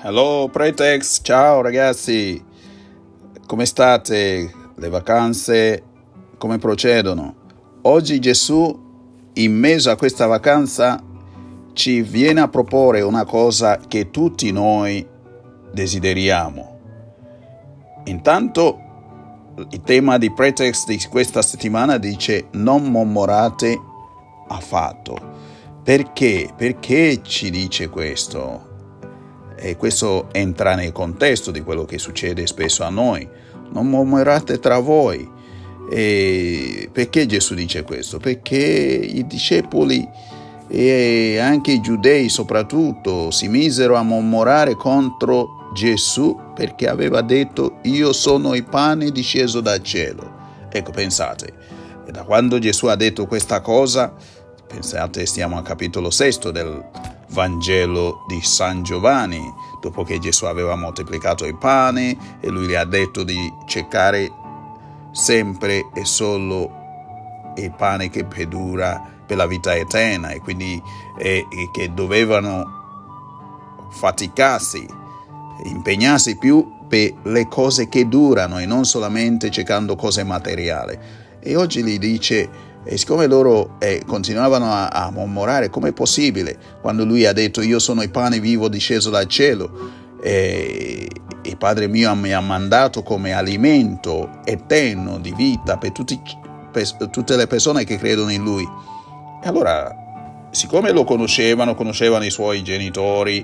Hello Pretext, ciao ragazzi, come state? Le vacanze come procedono? Oggi Gesù, in mezzo a questa vacanza, ci viene a proporre una cosa che tutti noi desideriamo. Intanto il tema di Pretext di questa settimana dice: non mormorate affatto. Perché? Perché ci dice questo? E questo entra nel contesto di quello che succede spesso a noi. Non mormorate tra voi. E perché Gesù dice questo? Perché i discepoli e anche i giudei soprattutto si misero a mormorare contro Gesù perché aveva detto: io sono il pane disceso dal cielo. Ecco, pensate, e da quando Gesù ha detto questa cosa, pensate, stiamo al capitolo 6 del Vangelo di San Giovanni, dopo che Gesù aveva moltiplicato il pane e lui gli ha detto di cercare sempre e solo il pane che perdura per la vita eterna, e quindi che dovevano faticarsi, impegnarsi più per le cose che durano e non solamente cercando cose materiali. E oggi gli dice, e siccome loro continuavano a mormorare, com'è possibile quando lui ha detto: io sono il pane vivo disceso dal cielo, il Padre mio mi ha mandato come alimento eterno di vita per tutte le persone che credono in lui. E allora, siccome lo conoscevano i suoi genitori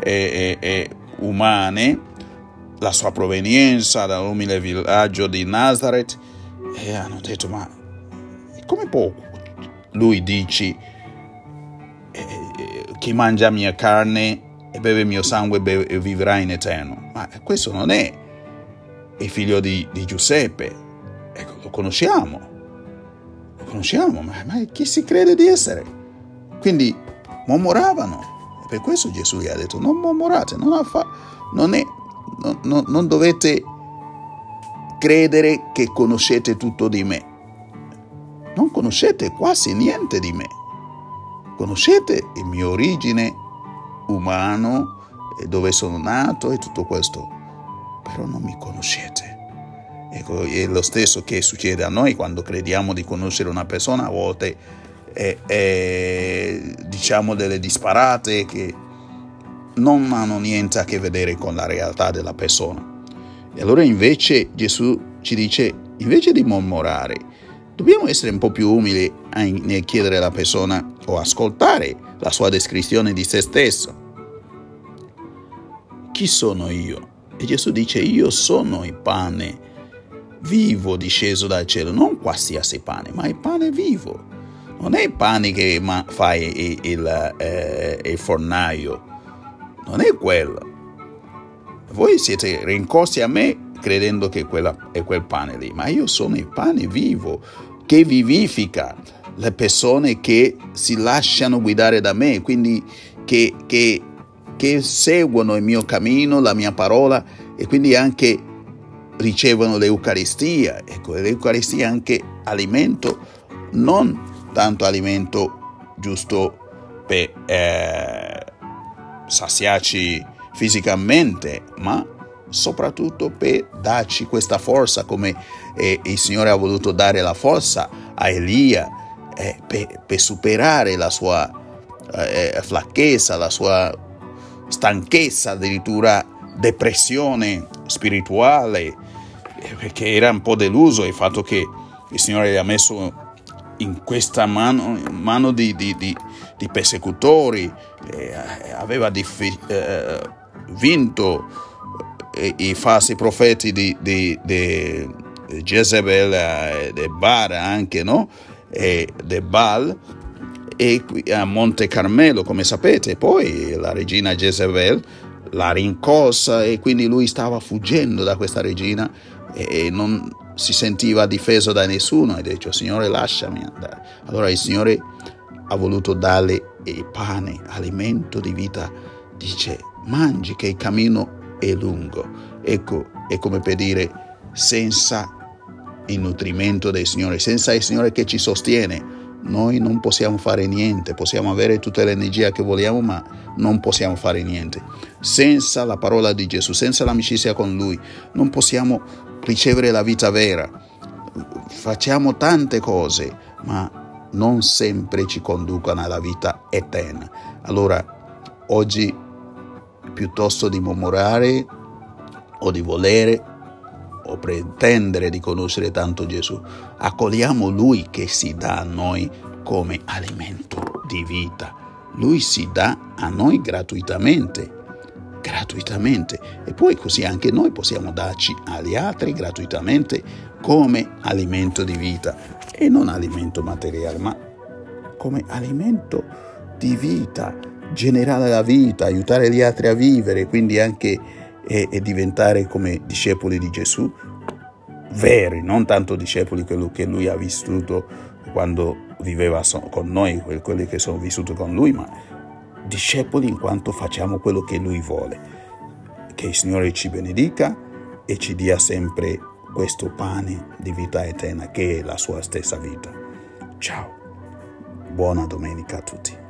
umane, la sua provenienza dall'umile villaggio di Nazareth, e hanno detto: ma come può lui dici chi mangia mia carne e beve mio sangue vivrà in eterno? Ma questo non è il figlio di Giuseppe. Ecco, lo conosciamo, ma chi si crede di essere? Quindi mormoravano, e per questo Gesù gli ha detto: non mormorate, non dovete credere che conoscete tutto di me. Non conoscete quasi niente di me. Conoscete il mio origine umano e dove sono nato e tutto questo, però non mi conoscete. Ecco, è lo stesso che succede a noi quando crediamo di conoscere una persona. A volte diciamo delle disparate che non hanno niente a che vedere con la realtà della persona. E allora invece Gesù ci dice, invece di mormorare, dobbiamo essere un po' più umili nel chiedere alla persona o ascoltare la sua descrizione di se stesso. Chi sono io? E Gesù dice: io sono il pane vivo disceso dal cielo. Non qualsiasi pane, ma il pane vivo. Non è il pane che fai il fornaio. Non è quello. Voi siete rincorsi a me credendo che quella è quel pane lì, ma io sono il pane vivo che vivifica le persone che si lasciano guidare da me, quindi che seguono il mio cammino, la mia parola, e quindi anche ricevono l'Eucaristia. Ecco, l'Eucaristia è anche alimento, non tanto alimento giusto per saziarci fisicamente, ma soprattutto per darci questa forza, come il Signore ha voluto dare la forza a Elia per superare la sua flacchezza, la sua stanchezza, addirittura depressione spirituale, perché era un po' deluso il fatto che il Signore gli ha messo in questa mano di persecutori, aveva vinto i falsi profeti di Jezebel, de Bar anche, no? E de Baal, e a Monte Carmelo, come sapete. Poi la regina Jezebel l'ha rincorsa, e quindi lui stava fuggendo da questa regina e non si sentiva difeso da nessuno, e ha detto: Signore, lasciami andare. Allora il Signore ha voluto darle il pane, alimento di vita. Dice: mangi, che il cammino è lungo. Ecco, è come per dire, senza il nutrimento del Signore, senza il Signore che ci sostiene, noi non possiamo fare niente, possiamo avere tutta l'energia che vogliamo, ma non possiamo fare niente. Senza la parola di Gesù, senza l'amicizia con Lui, non possiamo ricevere la vita vera. Facciamo tante cose, ma non sempre ci conducono alla vita eterna. Allora, oggi, piuttosto di mormorare o di volere o pretendere di conoscere tanto Gesù, accogliamo Lui che si dà a noi come alimento di vita. Lui si dà a noi gratuitamente, e poi così anche noi possiamo darci agli altri gratuitamente come alimento di vita, e non alimento materiale, ma come alimento di vita, generare la vita, aiutare gli altri a vivere, quindi anche e diventare come discepoli di Gesù veri, non tanto discepoli quello che Lui ha vissuto quando viveva con noi, quelli che sono vissuti con Lui, ma discepoli in quanto facciamo quello che Lui vuole. Che il Signore ci benedica e ci dia sempre questo pane di vita eterna che è la sua stessa vita. Ciao, buona domenica a tutti.